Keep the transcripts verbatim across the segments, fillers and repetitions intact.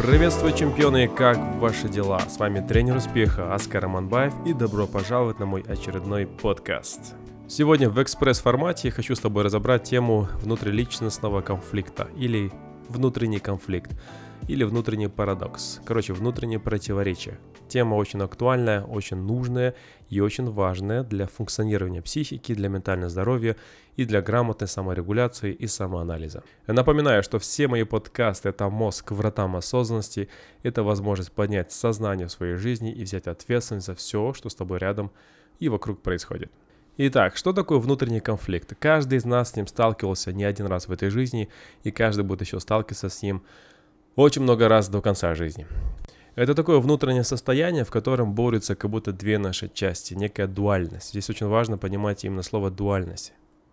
Приветствую, чемпионы, как ваши дела? С вами тренер успеха Аскар Аманбаев и добро пожаловать на мой очередной подкаст. Сегодня в экспресс-формате хочу с тобой разобрать тему внутриличностного конфликта или внутренний конфликт, или внутренний парадокс, короче, внутреннее противоречие. Тема очень актуальная, очень нужная и очень важная для функционирования психики, для ментального здоровья и для грамотной саморегуляции и самоанализа. Я напоминаю, что все мои подкасты — это мозг к вратам осознанности, это возможность поднять сознание в своей жизни и взять ответственность за все, что с тобой рядом и вокруг происходит. Итак, что такое внутренний конфликт? Каждый из нас с ним сталкивался не один раз в этой жизни, и каждый будет еще сталкиваться с ним очень много раз до конца жизни. Это такое внутреннее состояние, в котором борются как будто две наши части, некая дуальность. Здесь очень важно понимать именно слово дуальность.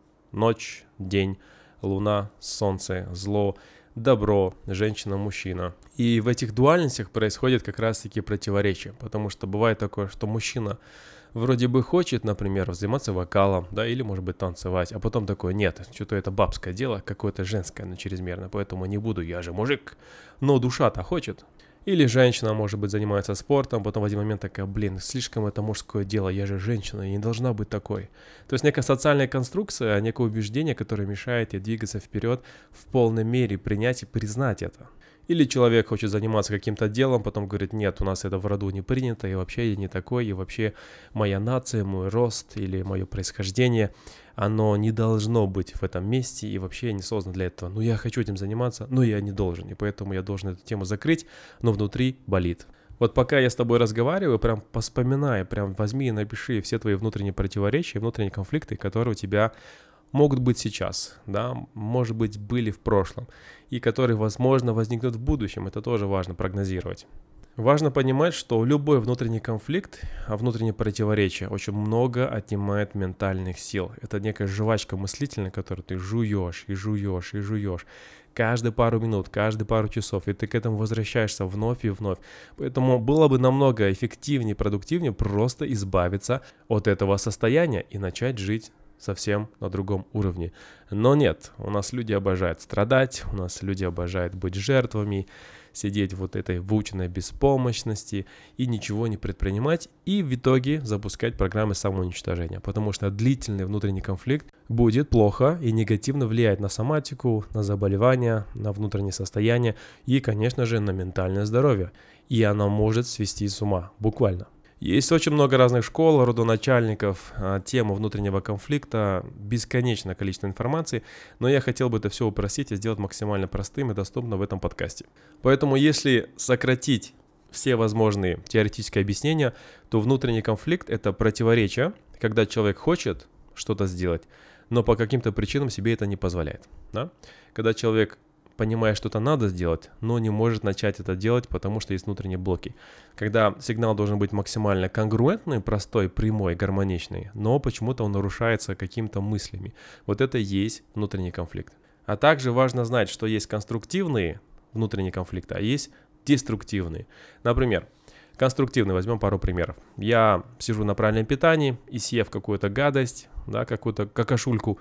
Ночь, день, луна, солнце, зло, добро, женщина, мужчина. И в этих дуальностях происходит как раз-таки противоречие, потому что бывает такое, что мужчина вроде бы хочет, например, заниматься вокалом, да, или, может быть, танцевать, а потом такой: нет, что-то это бабское дело, какое-то женское, но чрезмерно, поэтому не буду, я же мужик, но душа-то хочет. Или женщина, может быть, занимается спортом, потом в один момент такая: блин, слишком это мужское дело, я же женщина, я не должна быть такой. То есть некая социальная конструкция, некое убеждение, которое мешает ей двигаться вперед в полной мере, принять и признать это. Или человек хочет заниматься каким-то делом, потом говорит: нет, у нас это в роду не принято, и вообще я не такой, и вообще моя нация, мой рост или мое происхождение, оно не должно быть в этом месте, и вообще я не создан для этого. Ну, я хочу этим заниматься, но я не должен, и поэтому я должен эту тему закрыть, но внутри болит. Вот пока я с тобой разговариваю, прям поспоминай, прям возьми и напиши все твои внутренние противоречия, внутренние конфликты, которые у тебя могут быть сейчас, да, может быть, были в прошлом, и которые, возможно, возникнут в будущем. Это тоже важно прогнозировать. Важно понимать, что любой внутренний конфликт, а внутреннее противоречие очень много отнимает ментальных сил. Это некая жвачка мыслительная, которую ты жуешь и жуешь и жуешь каждые пару минут, каждые пару часов, и ты к этому возвращаешься вновь и вновь. Поэтому было бы намного эффективнее, продуктивнее просто избавиться от этого состояния и начать жить совсем на другом уровне. Но нет, у нас люди обожают страдать, у нас люди обожают быть жертвами, сидеть в вот этой выученной беспомощности и ничего не предпринимать, и в итоге запускать программы самоуничтожения, потому что длительный внутренний конфликт будет плохо и негативно влиять на соматику, на заболевания, на внутреннее состояние и, конечно же, на ментальное здоровье. И оно может свести с ума, буквально. Есть очень много разных школ, родоначальников, тему внутреннего конфликта, бесконечное количество информации, но я хотел бы это все упростить и сделать максимально простым и доступным в этом подкасте. Поэтому если сократить все возможные теоретические объяснения, то внутренний конфликт — это противоречие, когда человек хочет что-то сделать, но по каким-то причинам себе это не позволяет. Да? Когда человек понимая, что-то надо сделать, но не может начать это делать, потому что есть внутренние блоки. Когда сигнал должен быть максимально конгруентный, простой, прямой, гармоничный, но почему-то он нарушается какими-то мыслями. Вот это и есть внутренний конфликт. А также важно знать, что есть конструктивные внутренние конфликты, а есть деструктивные. Например, конструктивный, возьмем пару примеров. Я сижу на правильном питании и, съев какую-то гадость, да, какую-то какашульку,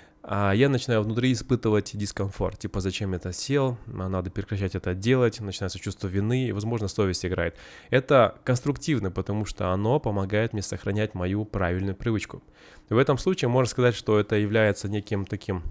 а я начинаю внутри испытывать дискомфорт. Типа, зачем я это сел, надо прекращать это делать, начинается чувство вины, и, возможно, совесть играет. Это конструктивно, потому что оно помогает мне сохранять мою правильную привычку. В этом случае можно сказать, что это является неким таким,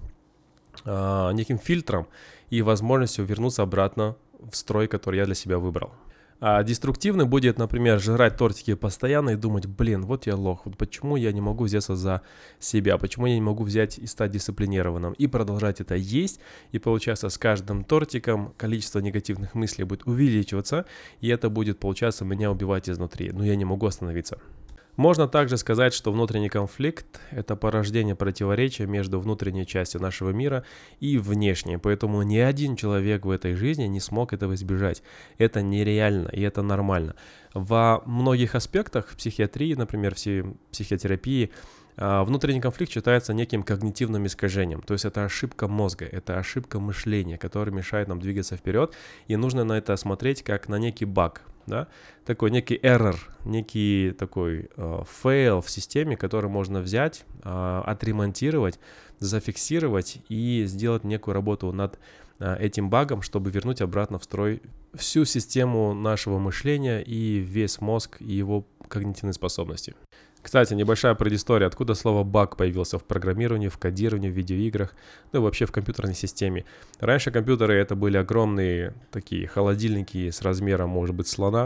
э, неким фильтром и возможностью вернуться обратно в строй, который я для себя выбрал. А деструктивный будет, например, жрать тортики постоянно и думать: блин, вот я лох, вот почему я не могу взяться за себя, почему я не могу взять и стать дисциплинированным, и продолжать это есть, и получается с каждым тортиком количество негативных мыслей будет увеличиваться, и это будет, получается, меня убивать изнутри, но я не могу остановиться. Можно также сказать, что внутренний конфликт – это порождение противоречия между внутренней частью нашего мира и внешней, поэтому ни один человек в этой жизни не смог этого избежать. Это нереально, и это нормально. Во многих аспектах в психиатрии, например, в психотерапии, внутренний конфликт считается неким когнитивным искажением, то есть это ошибка мозга, это ошибка мышления, которая мешает нам двигаться вперед, и нужно на это смотреть как на некий баг, да? Такой некий error, некий такой э, fail в системе, который можно взять, э, отремонтировать, зафиксировать и сделать некую работу над этим багом, чтобы вернуть обратно в строй всю систему нашего мышления и весь мозг и его когнитивные способности. Кстати, небольшая предыстория, откуда слово «баг» появился в программировании, в кодировании, в видеоиграх, ну и вообще в компьютерной системе. Раньше компьютеры это были огромные такие холодильники с размером, может быть, слона,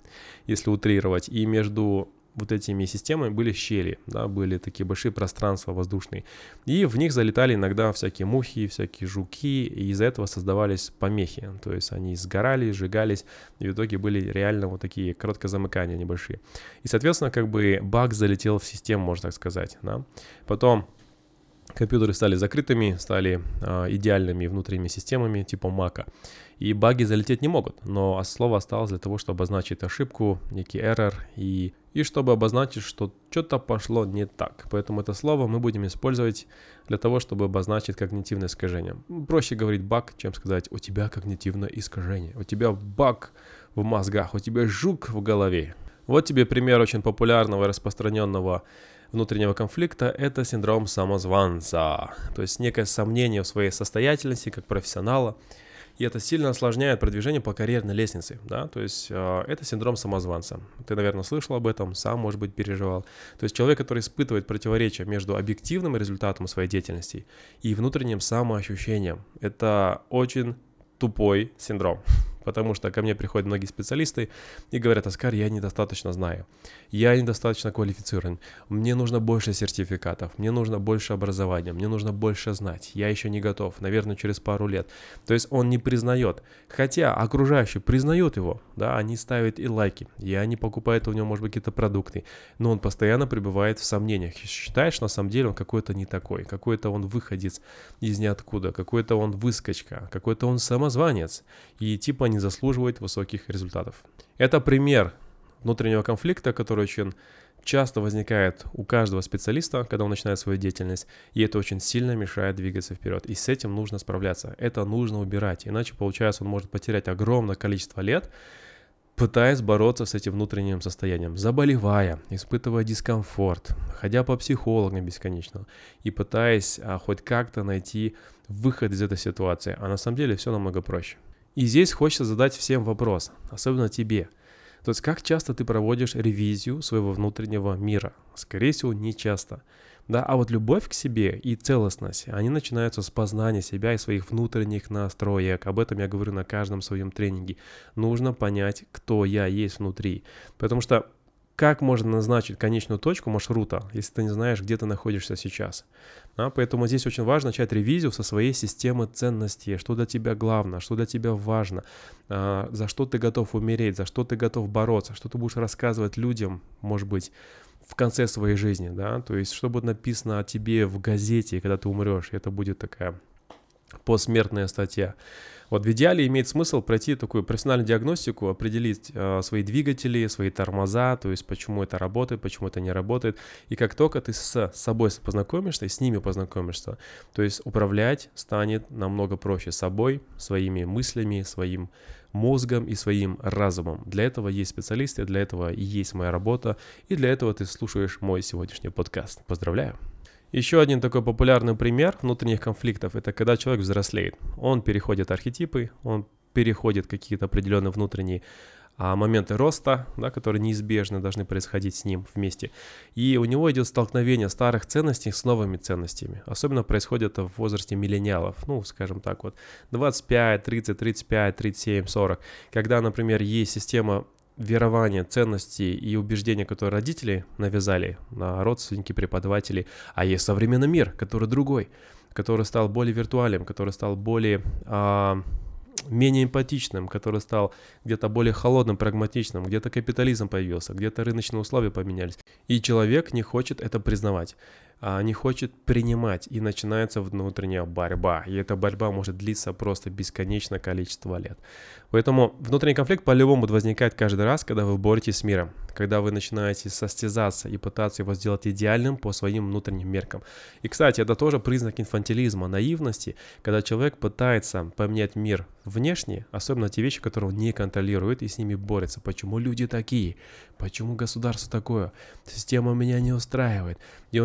если утрировать, и между вот этими системами были щели, да, были такие большие пространства воздушные, и в них залетали иногда всякие мухи, всякие жуки, и из-за этого создавались помехи, то есть они сгорали, сжигались, и в итоге были реально вот такие короткие замыкания небольшие. И, соответственно, как бы баг залетел в систему, можно так сказать, да. Потом компьютеры стали закрытыми, стали э, идеальными внутренними системами типа Мака. И баги залететь не могут, но слово осталось для того, чтобы обозначить ошибку, некий error, и, и чтобы обозначить, что что-то пошло не так. Поэтому это слово мы будем использовать для того, чтобы обозначить когнитивное искажение. Проще говорить баг, чем сказать «у тебя когнитивное искажение», «у тебя баг в мозгах», «у тебя жук в голове». Вот тебе пример очень популярного и распространенного внутреннего конфликта – это синдром самозванца, то есть некое сомнение в своей состоятельности как профессионала, и это сильно осложняет продвижение по карьерной лестнице, да, то есть э, это синдром самозванца. Ты, наверное, слышал об этом, сам, может быть, переживал. То есть человек, который испытывает противоречие между объективным результатом своей деятельности и внутренним самоощущением, это очень тупой синдром. Потому что ко мне приходят многие специалисты и говорят: Оскар, я недостаточно знаю, я недостаточно квалифицирован, мне нужно больше сертификатов, мне нужно больше образования, мне нужно больше знать, я еще не готов, наверное, через пару лет. То есть он не признает, хотя окружающие признают его, да, они ставят и лайки, и они покупают у него, может быть, какие-то продукты, но он постоянно пребывает в сомнениях, считает, что на самом деле он какой-то не такой, какой-то он выходец из ниоткуда, какой-то он выскочка, какой-то он самозванец, и типа не заслуживает высоких результатов. Это пример внутреннего конфликта, который очень часто возникает у каждого специалиста, когда он начинает свою деятельность, и это очень сильно мешает двигаться вперед. И с этим нужно справляться, это нужно убирать, иначе, получается, он может потерять огромное количество лет, пытаясь бороться с этим внутренним состоянием, заболевая, испытывая дискомфорт, ходя по психологам бесконечно и пытаясь а, хоть как-то найти выход из этой ситуации. А на самом деле все намного проще. И здесь хочется задать всем вопрос, особенно тебе. То есть как часто ты проводишь ревизию своего внутреннего мира? Скорее всего, не часто. Да, а вот любовь к себе и целостность, они начинаются с познания себя и своих внутренних настроек. Об этом я говорю на каждом своем тренинге. Нужно понять, кто я есть внутри. Потому что как можно назначить конечную точку маршрута, если ты не знаешь, где ты находишься сейчас? Да, поэтому здесь очень важно начать ревизию со своей системы ценностей. Что для тебя главное, что для тебя важно, а, за что ты готов умереть, за что ты готов бороться, что ты будешь рассказывать людям, может быть, в конце своей жизни. Да? То есть, что будет написано о тебе в газете, когда ты умрешь. Это будет такая посмертная статья. Вот в идеале имеет смысл пройти такую профессиональную диагностику, определить э, свои двигатели, свои тормоза, то есть почему это работает, почему это не работает. И как только ты с собой познакомишься и с ними познакомишься, то есть управлять станет намного проще собой, своими мыслями, своим мозгом и своим разумом. Для этого есть специалисты, для этого и есть моя работа, и для этого ты слушаешь мой сегодняшний подкаст. Поздравляю! Еще один такой популярный пример внутренних конфликтов – это когда человек взрослеет. Он переходит архетипы, он переходит какие-то определенные внутренние а, моменты роста, да, которые неизбежно должны происходить с ним вместе. И у него идет столкновение старых ценностей с новыми ценностями. Особенно происходит это в возрасте миллениалов, ну, скажем так, вот двадцать пять, тридцать, тридцать пять, тридцать семь, сорок. Когда, например, есть система верования, ценности и убеждения, которые родители навязали, родственники, преподаватели, а есть современный мир, который другой, который стал более виртуальным, который стал более а, менее эмпатичным, который стал где-то более холодным, прагматичным, где-то капитализм появился, где-то рыночные условия поменялись. И человек не хочет это признавать, а не хочет принимать, и начинается внутренняя борьба. И эта борьба может длиться просто бесконечное количество лет. Поэтому внутренний конфликт по-любому будет возникать каждый раз, когда вы боретесь с миром, когда вы начинаете состязаться и пытаться его сделать идеальным по своим внутренним меркам. И, кстати, это тоже признак инфантилизма, наивности, когда человек пытается поменять мир внешне, особенно те вещи, которые он не контролирует и с ними борется. Почему люди такие? Почему государство такое? Система меня не устраивает. И он не может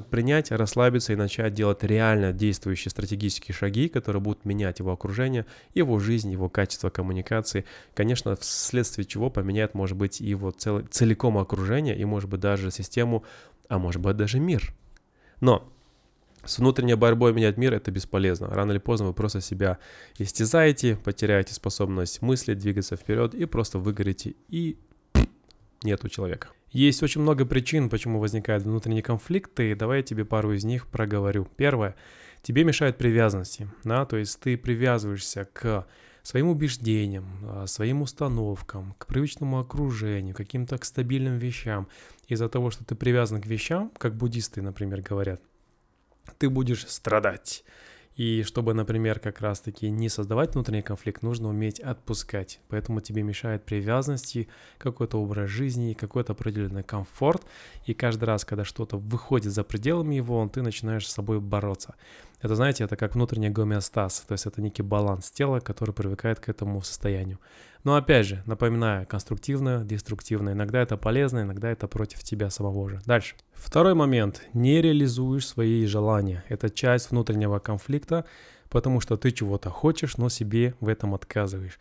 может принять, расслабиться и начать делать реально действующие стратегические шаги, которые будут менять его окружение, его жизнь, его качество коммуникации. Конечно, вследствие чего поменяет, может быть, его цел... целиком окружение и, может быть, даже систему, а может быть, даже мир. Но с внутренней борьбой менять мир — это бесполезно. Рано или поздно вы просто себя истязаете, потеряете способность мыслить, двигаться вперед и просто выгорите, и нету человека. Есть очень много причин, почему возникают внутренние конфликты, и давай я тебе пару из них проговорю. Первое. Тебе мешают привязанности, да, то есть ты привязываешься к своим убеждениям, своим установкам, к привычному окружению, каким-то к стабильным вещам. Из-за того, что ты привязан к вещам, как буддисты, например, говорят, ты будешь страдать. И чтобы, например, как раз-таки не создавать внутренний конфликт, нужно уметь отпускать. Поэтому тебе мешает привязанности, какой-то образ жизни, какой-то определенный комфорт. И каждый раз, когда что-то выходит за пределами его, ты начинаешь с собой бороться. Это, знаете, это как внутренний гомеостаз, то есть это некий баланс тела, который привыкает к этому состоянию. Но опять же, напоминаю, конструктивно, деструктивно. Иногда это полезно, иногда это против тебя самого же. Дальше. Второй момент. Не реализуешь свои желания. Это часть внутреннего конфликта, потому что ты чего-то хочешь, но себе в этом отказываешь.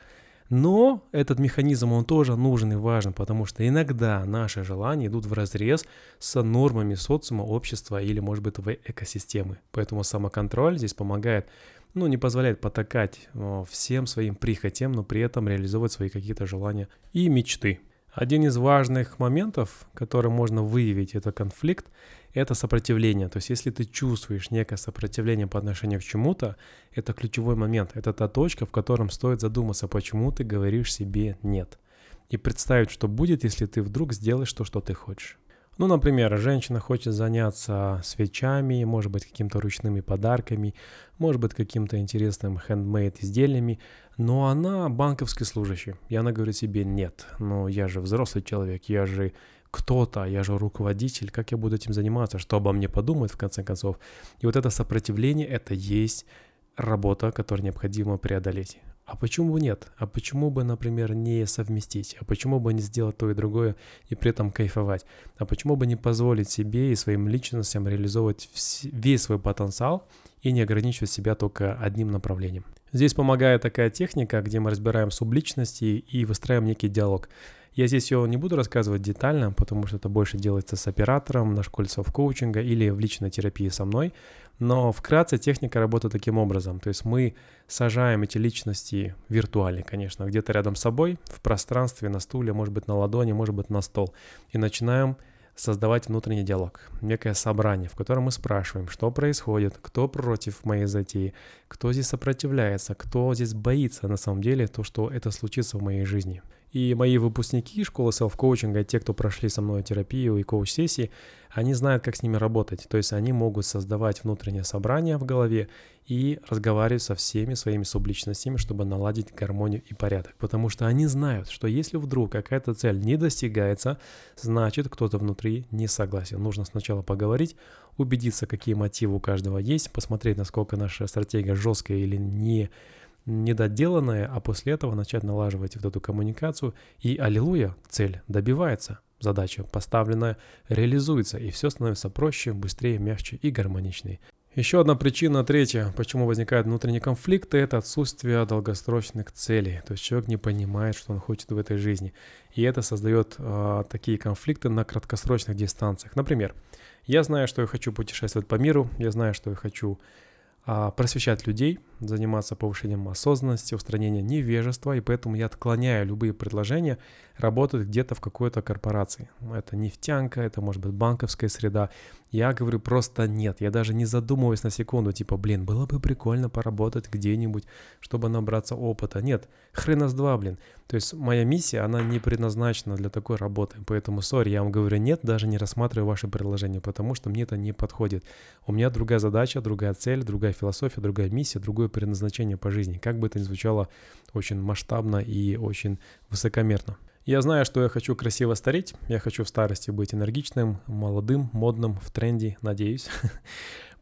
Но этот механизм, он тоже нужен и важен, потому что иногда наши желания идут вразрез с нормами социума, общества или, может быть, твоей экосистемы. Поэтому самоконтроль здесь помогает, ну, не позволяет потакать всем своим прихотям, но при этом реализовывать свои какие-то желания и мечты. Один из важных моментов, который можно выявить, это конфликт, это сопротивление. То есть если ты чувствуешь некое сопротивление по отношению к чему-то, это ключевой момент. Это та точка, в котором стоит задуматься, почему ты говоришь себе «нет». И представить, что будет, если ты вдруг сделаешь то, что ты хочешь. Ну, например, женщина хочет заняться свечами, может быть, какими-то ручными подарками, может быть, каким-то интересным хендмейд изделиями, но она банковский служащий, и она говорит себе «нет, но я же взрослый человек, я же кто-то, я же руководитель, как я буду этим заниматься, что обо мне подумают в конце концов». И вот это сопротивление — это есть работа, которую необходимо преодолеть. А почему бы нет? А почему бы, например, не совместить? А почему бы не сделать то и другое и при этом кайфовать? А почему бы не позволить себе и своим личностям реализовывать весь свой потенциал и не ограничивать себя только одним направлением? Здесь помогает такая техника, где мы разбираем субличности и выстраиваем некий диалог. Я здесь ее не буду рассказывать детально, потому что это больше делается с оператором на школе селф-коучинга или в личной терапии со мной. Но вкратце техника работает таким образом. То есть мы сажаем эти личности виртуально, конечно, где-то рядом с собой, в пространстве, на стуле, может быть, на ладони, может быть, на стол. И начинаем создавать внутренний диалог, некое собрание, в котором мы спрашиваем, что происходит, кто против моей затеи, кто здесь сопротивляется, кто здесь боится на самом деле то, что это случится в моей жизни. И мои выпускники школы селф-коучинга, те, кто прошли со мной терапию и коуч-сессии, они знают, как с ними работать. То есть они могут создавать внутреннее собрание в голове и разговаривать со всеми своими субличностями, чтобы наладить гармонию и порядок. Потому что они знают, что если вдруг какая-то цель не достигается, значит, кто-то внутри не согласен. Нужно сначала поговорить, убедиться, какие мотивы у каждого есть, посмотреть, насколько наша стратегия жесткая или не недоделанное, а после этого начать налаживать вот эту коммуникацию, и аллилуйя, цель добивается, задача поставленная реализуется, и все становится проще, быстрее, мягче и гармоничнее. Еще одна причина, третья, почему возникают внутренние конфликты, это отсутствие долгосрочных целей. То есть человек не понимает, что он хочет в этой жизни. И это создает э, такие конфликты на краткосрочных дистанциях. Например, я знаю, что я хочу путешествовать по миру, я знаю, что я хочу просвещать людей, заниматься повышением осознанности, устранением невежества, и поэтому я отклоняю любые предложения работать где-то в какой-то корпорации. Это нефтянка, это может быть банковская среда. Я говорю просто нет, я даже не задумываюсь на секунду, типа, блин, было бы прикольно поработать где-нибудь, чтобы набраться опыта. Нет, хрена с два, блин. То есть моя миссия, она не предназначена для такой работы, поэтому, сори, я вам говорю нет, даже не рассматриваю ваши предложения, потому что мне это не подходит. У меня другая задача, другая цель, другая философия, другая миссия, другое предназначение по жизни. Как бы это ни звучало очень масштабно и очень высокомерно. Я знаю, что я хочу красиво стареть, я хочу в старости быть энергичным, молодым, модным, в тренде, надеюсь.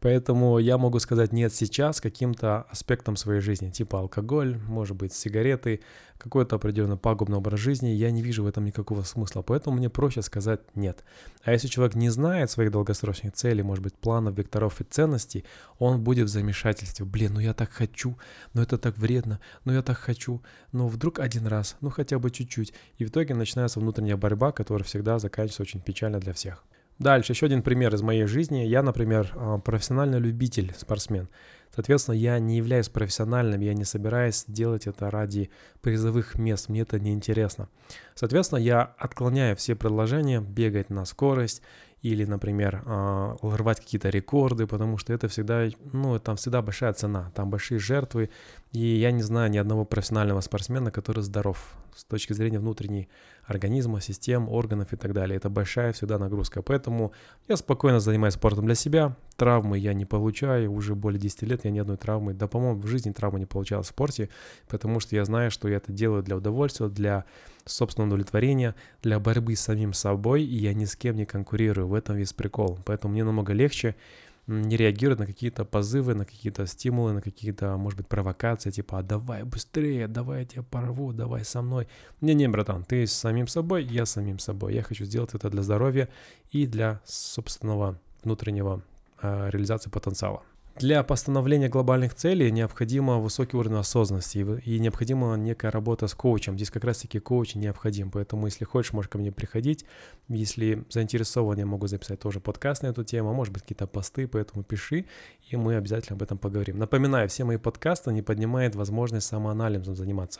Поэтому я могу сказать нет сейчас каким-то аспектам своей жизни, типа алкоголь, может быть, сигареты, какой-то определенный пагубный образ жизни. Я не вижу в этом никакого смысла, поэтому мне проще сказать нет. А если человек не знает своих долгосрочных целей, может быть, планов, векторов и ценностей, он будет в замешательстве. Блин, ну я так хочу, но это так вредно, но я так хочу, но вдруг один раз, ну хотя бы чуть-чуть. И в итоге начинается внутренняя борьба, которая всегда заканчивается очень печально для всех. Дальше еще один пример из моей жизни. Я, например, профессиональный любитель, спортсмен. Соответственно, я не являюсь профессиональным, я не собираюсь делать это ради призовых мест, мне это неинтересно. Соответственно, я отклоняю все предложения бегать на скорость или, например, рвать какие-то рекорды, потому что это всегда, ну, там всегда большая цена, там большие жертвы, и я не знаю ни одного профессионального спортсмена, который здоров с точки зрения внутренней организма, систем, органов и так далее. Это большая всегда нагрузка, поэтому я спокойно занимаюсь спортом для себя, травмы я не получаю, уже более десять лет я ни одной травмы, да, по-моему, в жизни травмы не получал в спорте, потому что я знаю, что я это делаю для удовольствия, для собственного удовлетворения, для борьбы с самим собой, и я ни с кем не конкурирую, в этом весь прикол, поэтому мне намного легче не реагировать на какие-то позывы, на какие-то стимулы, на какие-то, может быть, провокации, типа «а давай быстрее, давай я тебя порву, давай со мной». Не-не, братан, ты с самим собой, я с самим собой. Я хочу сделать это для здоровья и для собственного внутреннего э, реализации потенциала. Для постановления глобальных целей необходимо высокий уровень осознанности и необходима некая работа с коучем. Здесь как раз-таки коуч необходим, поэтому если хочешь, можешь ко мне приходить. Если заинтересован, я могу записать тоже подкаст на эту тему, а может быть какие-то посты, поэтому пиши, и мы обязательно об этом поговорим. Напоминаю, все мои подкасты, они поднимают возможность самоанализом заниматься.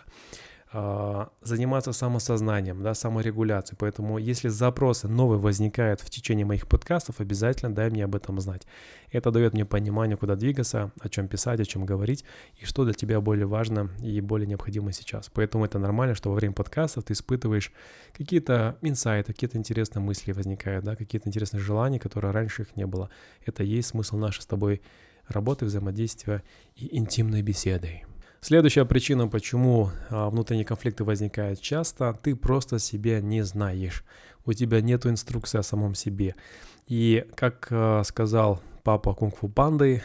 заниматься самосознанием, да, саморегуляцией. Поэтому если запросы новые возникают в течение моих подкастов, обязательно дай мне об этом знать. Это дает мне понимание, куда двигаться, о чем писать, о чем говорить, и что для тебя более важно и более необходимо сейчас. Поэтому это нормально, что во время подкастов ты испытываешь какие-то инсайты, какие-то интересные мысли возникают, да, какие-то интересные желания, которые раньше их не было. Это и есть смысл нашей с тобой работы, взаимодействия и интимной беседы. Следующая причина, почему а, внутренние конфликты возникают часто, ты просто себя не знаешь. У тебя нет инструкции о самом себе. И как а, сказал папа кунг-фу панды,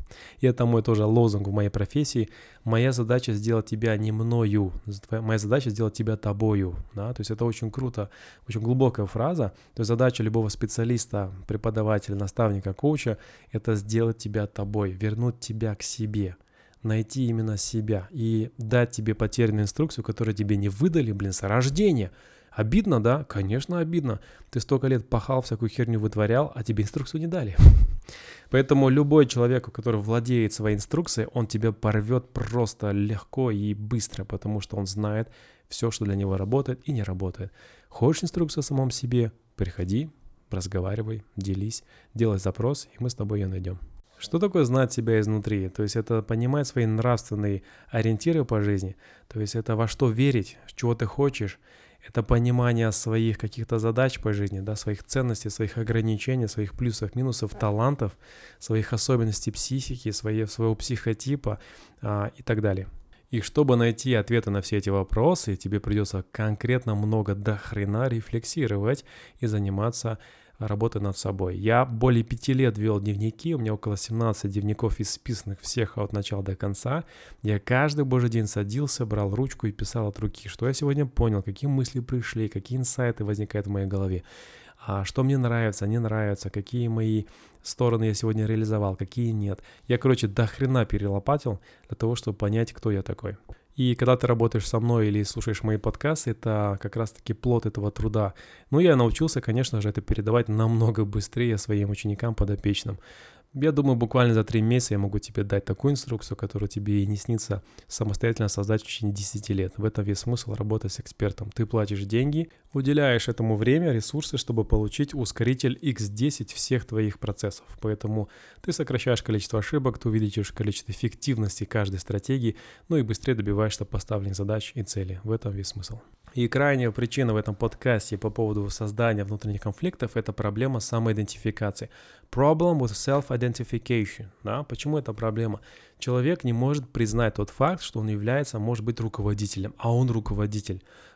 и это мой тоже лозунг в моей профессии, моя задача сделать тебя не мною, моя задача сделать тебя тобою. Да? То есть это очень круто, очень глубокая фраза. То есть задача любого специалиста, преподавателя, наставника, коуча – это сделать тебя тобой, вернуть тебя к себе. Найти именно себя и дать тебе потерянную инструкцию, которую тебе не выдали, блин, с рождения. Обидно, да? Конечно, обидно. Ты столько лет пахал, всякую херню вытворял, а тебе инструкцию не дали. Поэтому любой человек, который владеет своей инструкцией, он тебя порвет просто легко и быстро, потому что он знает все, что для него работает и не работает. Хочешь инструкцию о самом себе? Приходи, разговаривай, делись, делай запрос, и мы с тобой ее найдем. Что такое знать себя изнутри? То есть это понимать свои нравственные ориентиры по жизни, то есть это во что верить, чего ты хочешь, это понимание своих каких-то задач по жизни, да, своих ценностей, своих ограничений, своих плюсов, минусов, талантов, своих особенностей психики, своей, своего психотипа а, и так далее. И чтобы найти ответы на все эти вопросы, тебе придется конкретно много до хрена рефлексировать и заниматься работы над собой. Я более пяти лет вел дневники, у меня около семнадцати дневников исписанных всех от начала до конца. Я каждый божий день садился, брал ручку и писал от руки, что я сегодня понял, какие мысли пришли, какие инсайты возникают в моей голове, а что мне нравится, не нравится, какие мои стороны я сегодня реализовал, какие нет. Я, короче, до хрена перелопатил для того, чтобы понять, кто я такой. И когда ты работаешь со мной или слушаешь мои подкасты, это как раз-таки плод этого труда. Ну, я научился, конечно же, это передавать намного быстрее своим ученикам, подопечным. Я думаю, буквально за три месяца я могу тебе дать такую инструкцию, которую тебе и не снится самостоятельно создать в течение десяти лет. В этом весь смысл работать с экспертом. Ты платишь деньги, уделяешь этому время, ресурсы, чтобы получить ускоритель икс десять всех твоих процессов. Поэтому ты сокращаешь количество ошибок, ты увеличиваешь количество эффективности каждой стратегии, ну и быстрее добиваешься поставленных задач и целей. В этом весь смысл. И крайняя причина в этом подкасте по поводу создания внутренних конфликтов – это проблема самоидентификации. Problem with self-identification. Да? Почему это проблема? Человек не может признать тот факт, что он является, может быть, руководителем, а он руководитель.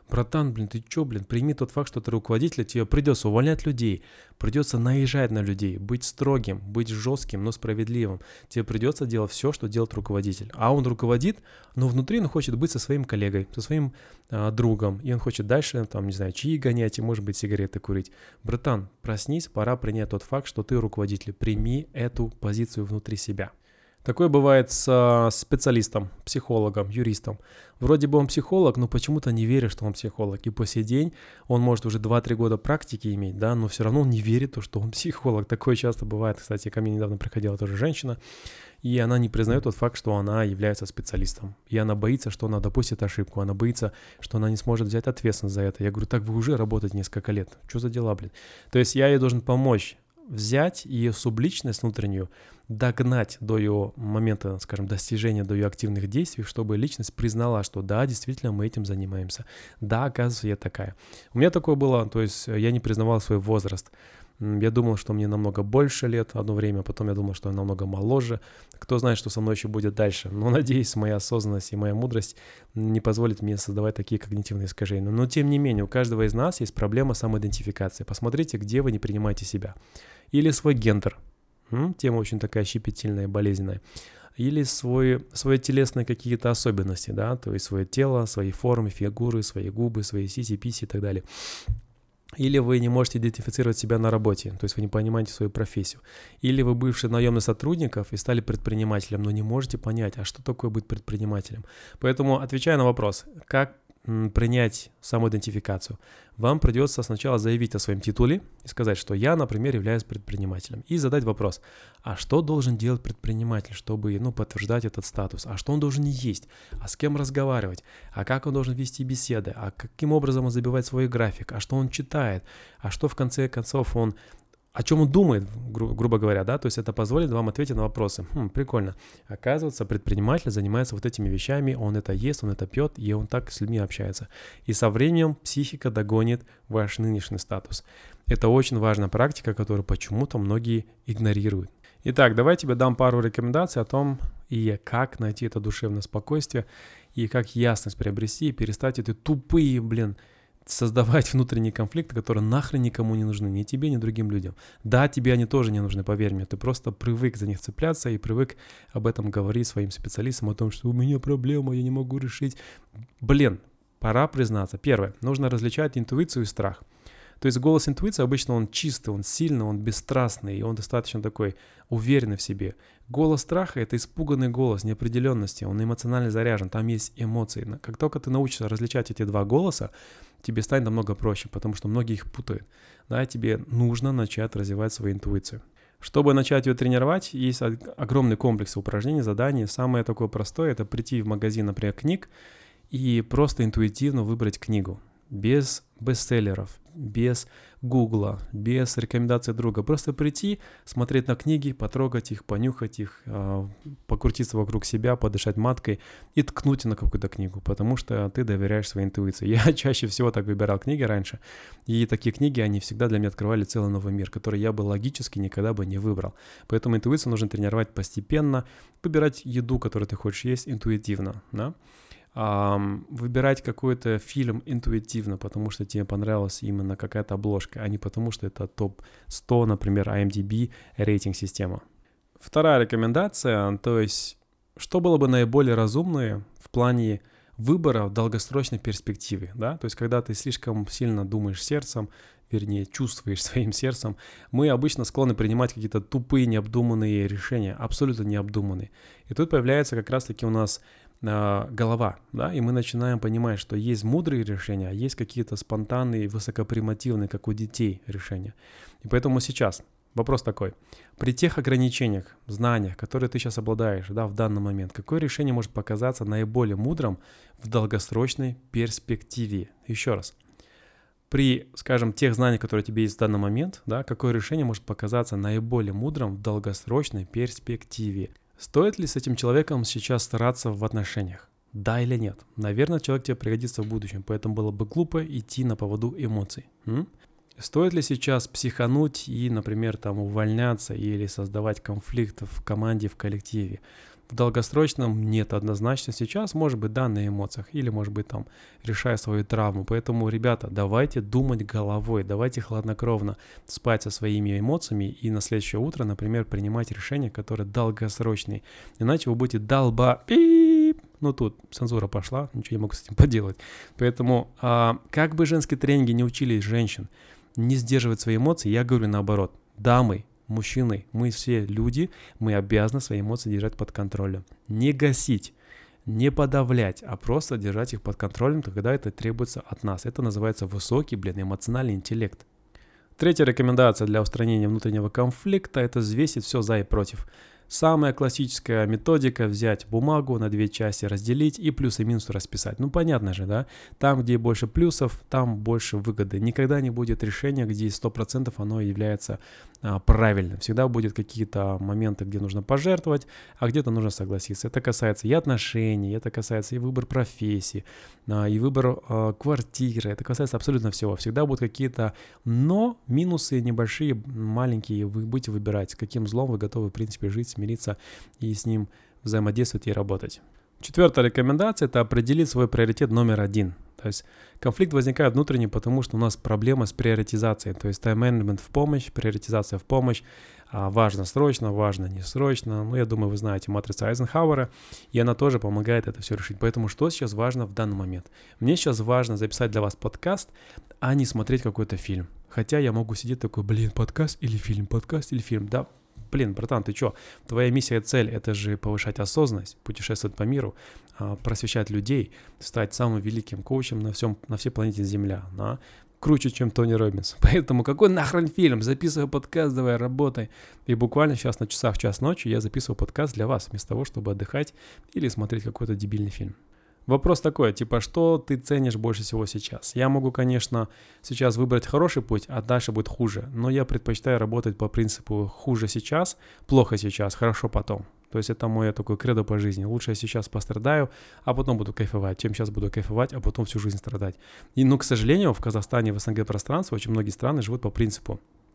Братан, блин, ты чё, блин, прими тот факт, что ты руководитель, тебе придется увольнять людей, придется наезжать на людей, быть строгим, быть жестким, но справедливым. Тебе придется делать все, что делает руководитель. А он руководит, но внутри он хочет быть со своим коллегой, со своим а, другом, и он хочет дальше, там, не знаю, чаи гонять и, может быть, сигареты курить. Братан, проснись, пора принять тот факт, что ты руководитель. Прими эту позицию внутри себя. Такое бывает с специалистом, психологом, юристом. Вроде бы он психолог, но почему-то не верит, что он психолог. И по сей день он может уже два-три года практики иметь, да, но все равно он не верит, что он психолог. Такое часто бывает. Кстати, ко мне недавно приходила тоже женщина, и она не признает тот факт, что она является специалистом. И она боится, что она допустит ошибку, она боится, что она не сможет взять ответственность за это. Я говорю, так вы уже работаете несколько лет. Что за дела, блин? То есть я ей должен помочь взять ее субличность внутреннюю, догнать до ее момента, скажем, достижения, до ее активных действий, чтобы личность признала, что да, действительно мы этим занимаемся. Да, оказывается, я такая. У меня такое было, то есть я не признавал свой возраст. Я думал, что мне намного больше лет одно время, потом я думал, что я намного моложе. Кто знает, что со мной еще будет дальше. Но, надеюсь, моя осознанность и моя мудрость не позволит мне создавать такие когнитивные искажения. Но, тем не менее, у каждого из нас есть проблема самоидентификации. Посмотрите, где вы не принимаете себя. Или свой гендер. М? Тема очень такая щепетильная и болезненная. Или свой, свои телесные какие-то особенности, да, то есть свое тело, свои формы, фигуры, свои губы, свои сиси-писи и так далее. Или вы не можете идентифицировать себя на работе, то есть вы не понимаете свою профессию. Или вы бывший наемный сотрудник и стали предпринимателем, но не можете понять, а что такое быть предпринимателем. Поэтому, отвечая на вопрос, как принять самоидентификацию, вам придется сначала заявить о своем титуле и сказать, что я, например, являюсь предпринимателем. И задать вопрос, а что должен делать предприниматель, чтобы ну, подтверждать этот статус? А что он должен есть? А с кем разговаривать? А как он должен вести беседы? А каким образом он забивает свой график? А что он читает? А что в конце концов он... О чем он думает, гру- грубо говоря, да, то есть это позволит вам ответить на вопросы. Хм, прикольно. Оказывается, предприниматель занимается вот этими вещами, он это ест, он это пьет, и он так с людьми общается. И со временем психика догонит ваш нынешний статус. Это очень важная практика, которую почему-то многие игнорируют. Итак, давай я тебе дам пару рекомендаций о том, и как найти это душевное спокойствие, и как ясность приобрести, и перестать эти тупые, блин, создавать внутренние конфликты, которые нахрен никому не нужны, ни тебе, ни другим людям. Да, тебе они тоже не нужны, поверь мне, ты просто привык за них цепляться и привык об этом говорить своим специалистам, о том, что у меня проблема, я не могу решить. Блин, пора признаться. Первое, нужно различать интуицию и страх. То есть голос интуиции обычно он чистый, он сильный, он бесстрастный, и он достаточно такой уверенный в себе. Голос страха — это испуганный голос неопределенности, он эмоционально заряжен, там есть эмоции. Как только ты научишься различать эти два голоса, тебе станет намного проще, потому что многие их путают. Да, тебе нужно начать развивать свою интуицию. Чтобы начать ее тренировать, есть огромный комплекс упражнений, заданий. Самое такое простое — это прийти в магазин, например, книг, и просто интуитивно выбрать книгу. Без бестселлеров, без гугла, без рекомендаций друга. Просто прийти, смотреть на книги, потрогать их, понюхать их, покрутиться вокруг себя, подышать маткой и ткнуть на какую-то книгу, потому что ты доверяешь своей интуиции. Я чаще всего так выбирал книги раньше, и такие книги, они всегда для меня открывали целый новый мир, который я бы логически никогда бы не выбрал. Поэтому интуицию нужно тренировать постепенно, выбирать еду, которую ты хочешь есть, интуитивно, да? Um, выбирать какой-то фильм интуитивно, потому что тебе понравилась именно какая-то обложка, а не потому что это топ сто, например, ай эм ди би рейтинг-система. Вторая рекомендация, то есть, что было бы наиболее разумное в плане выбора в долгосрочной перспективе, да, то есть, когда ты слишком сильно думаешь сердцем, вернее, чувствуешь своим сердцем, мы обычно склонны принимать какие-то тупые, необдуманные решения, абсолютно необдуманные. И тут появляется как раз-таки у нас голова, да, и мы начинаем понимать, что есть мудрые решения, а есть какие-то спонтанные, высокопримативные, как у детей, решения. И поэтому сейчас вопрос такой: при тех ограничениях, знаниях, которые ты сейчас обладаешь, да, в данный момент, какое решение может показаться наиболее мудрым в долгосрочной перспективе? Еще раз. При, скажем, тех знаниях, которые у тебя есть в данный момент, да, какое решение может показаться наиболее мудрым в долгосрочной перспективе? Стоит ли с этим человеком сейчас стараться в отношениях? Да или нет? Наверное, человек тебе пригодится в будущем, поэтому было бы глупо идти на поводу эмоций. М? Стоит ли сейчас психануть и, например, там увольняться или создавать конфликт в команде, в коллективе? В долгосрочном нет однозначно сейчас, может быть, да, на эмоциях или, может быть, там, решая свою травму. Поэтому, ребята, давайте думать головой, давайте хладнокровно спать со своими эмоциями и на следующее утро, например, принимать решения, которые долгосрочные. Иначе вы будете долба... Пип! Ну, тут цензура пошла, ничего не могу с этим поделать. Поэтому, а, как бы женские тренинги не учили женщин не сдерживать свои эмоции, я говорю наоборот. Дамы, мужчины, мы все люди, мы обязаны свои эмоции держать под контролем. Не гасить, не подавлять, а просто держать их под контролем, когда это требуется от нас. Это называется высокий, блин, эмоциональный интеллект. Третья рекомендация для устранения внутреннего конфликта – это взвесить все за и против. Самая классическая методика – взять бумагу на две части, разделить и плюсы и минусы расписать. Ну, понятно же, да? Там, где больше плюсов, там больше выгоды. Никогда не будет решения, где сто процентов оно является а, правильным. Всегда будет какие-то моменты, где нужно пожертвовать, а где-то нужно согласиться. Это касается и отношений, это касается и выбора профессии, а, и выбора а, квартиры. Это касается абсолютно всего. Всегда будут какие-то но минусы небольшие, маленькие. Вы будете выбирать, с каким злом вы готовы, в принципе, жить, смириться и с ним взаимодействовать и работать. Четвертая рекомендация – это определить свой приоритет номер один. То есть конфликт возникает внутренний, потому что у нас проблема с приоритизацией. То есть тайм-менеджмент в помощь, приоритизация в помощь. А, важно срочно, важно не срочно. Ну, я думаю, вы знаете матрицу Айзенхауэра, и она тоже помогает это все решить. Поэтому что сейчас важно в данный момент? Мне сейчас важно записать для вас подкаст, а не смотреть какой-то фильм. Хотя я могу сидеть такой, блин, подкаст или фильм, подкаст или фильм. Да, блин, братан, ты чё? Твоя миссия и цель – это же повышать осознанность, путешествовать по миру, просвещать людей, стать самым великим коучем на, всем, на всей планете Земля. Да? Круче, чем Тони Роббинс. Поэтому какой нахрен фильм? Записывай подкаст, давай, работай. И буквально сейчас на часах час ночи я записываю подкаст для вас, вместо того, чтобы отдыхать или смотреть какой-то дебильный фильм. Вопрос такой, типа, что ты ценишь больше всего сейчас? Я могу, конечно, сейчас выбрать хороший путь, а дальше будет хуже. Но я предпочитаю работать по принципу хуже сейчас, плохо сейчас, хорошо потом. То есть это мое такое кредо по жизни. Лучше я сейчас пострадаю, а потом буду кайфовать, чем сейчас буду кайфовать, а потом всю жизнь страдать. И, ну, к сожалению, в Казахстане, в СНГ пространстве очень многие страны живут по принципу: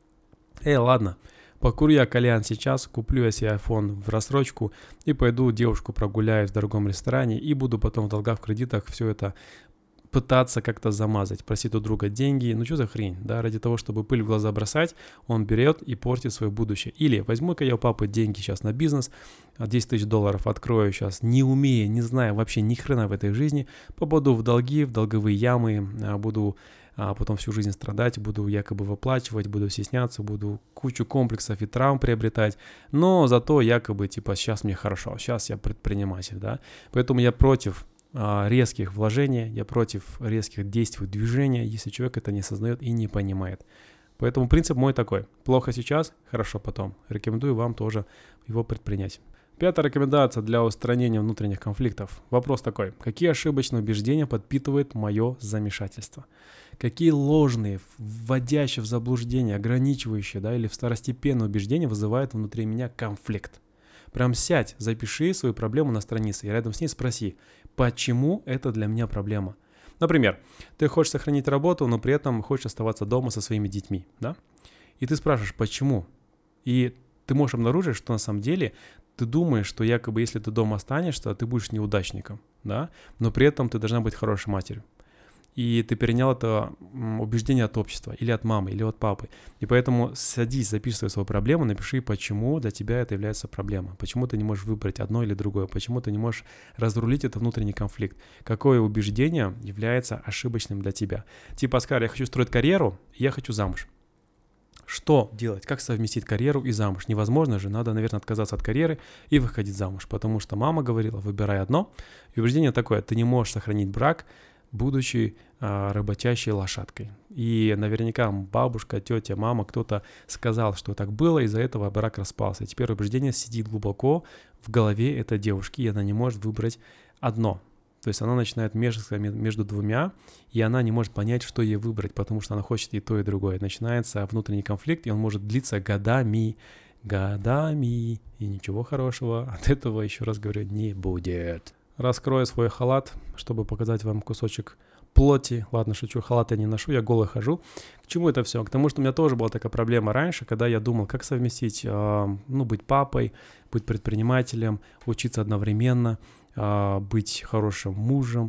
эй, ладно, покурю я кальян сейчас, куплю я себе iPhone в рассрочку и пойду девушку прогуляю в дорогом ресторане и буду потом в долгах, в кредитах все это пытаться как-то замазать, просить у друга деньги. Ну что за хрень, да, ради того, чтобы пыль в глаза бросать, он берет и портит свое будущее. Или возьму-ка я у папы деньги сейчас на бизнес, десять тысяч долларов открою сейчас, не умея, не зная вообще ни хрена в этой жизни, попаду в долги, в долговые ямы, буду а потом всю жизнь страдать, буду якобы выплачивать, буду стесняться, буду кучу комплексов и травм приобретать, но зато якобы, типа, сейчас мне хорошо, сейчас я предприниматель, да, поэтому я против а, резких вложений, я против резких действий, движения, если человек это не осознает и не понимает. Поэтому принцип мой такой: плохо сейчас, хорошо потом. Рекомендую вам тоже его предпринять. Пятая рекомендация для устранения внутренних конфликтов. Вопрос такой: какие ошибочные убеждения подпитывают мое замешательство? Какие ложные, вводящие в заблуждение, ограничивающие, да, или второстепенные убеждения вызывают внутри меня конфликт? Прям сядь, запиши свою проблему на странице и рядом с ней спроси, почему это для меня проблема? Например, ты хочешь сохранить работу, но при этом хочешь оставаться дома со своими детьми, да? И ты спрашиваешь, почему? И ты можешь обнаружить, что на самом деле ты думаешь, что якобы если ты дома останешься, ты будешь неудачником, да? Но при этом ты должна быть хорошей матерью. И ты перенял это убеждение от общества, или от мамы, или от папы. И поэтому садись, записывай свою проблему, напиши, почему для тебя это является проблемой. Почему ты не можешь выбрать одно или другое. Почему ты не можешь разрулить этот внутренний конфликт. Какое убеждение является ошибочным для тебя. Типа, Оскар, я хочу строить карьеру, я хочу замуж. Что делать? Как совместить карьеру и замуж? Невозможно же, надо, наверное, отказаться от карьеры и выходить замуж. Потому что мама говорила, выбирай одно. И убеждение такое: ты не можешь сохранить брак, будучи а, работящей лошадкой. И наверняка бабушка, тетя, мама, кто-то сказал, что так было, из-за этого брак распался. И теперь убеждение сидит глубоко в голове этой девушки, и она не может выбрать одно. То есть она начинает мешаться между двумя, и она не может понять, что ей выбрать, потому что она хочет и то, и другое. Начинается внутренний конфликт, и он может длиться годами, годами, и ничего хорошего от этого, еще раз говорю, не будет. Раскрою свой халат, чтобы показать вам кусочек плоти. Ладно, шучу, халат я не ношу, я голый хожу. К чему это все? К тому, что у меня тоже была такая проблема раньше, когда я думал, как совместить, э, ну, быть папой, быть предпринимателем, учиться одновременно, э, быть хорошим мужем,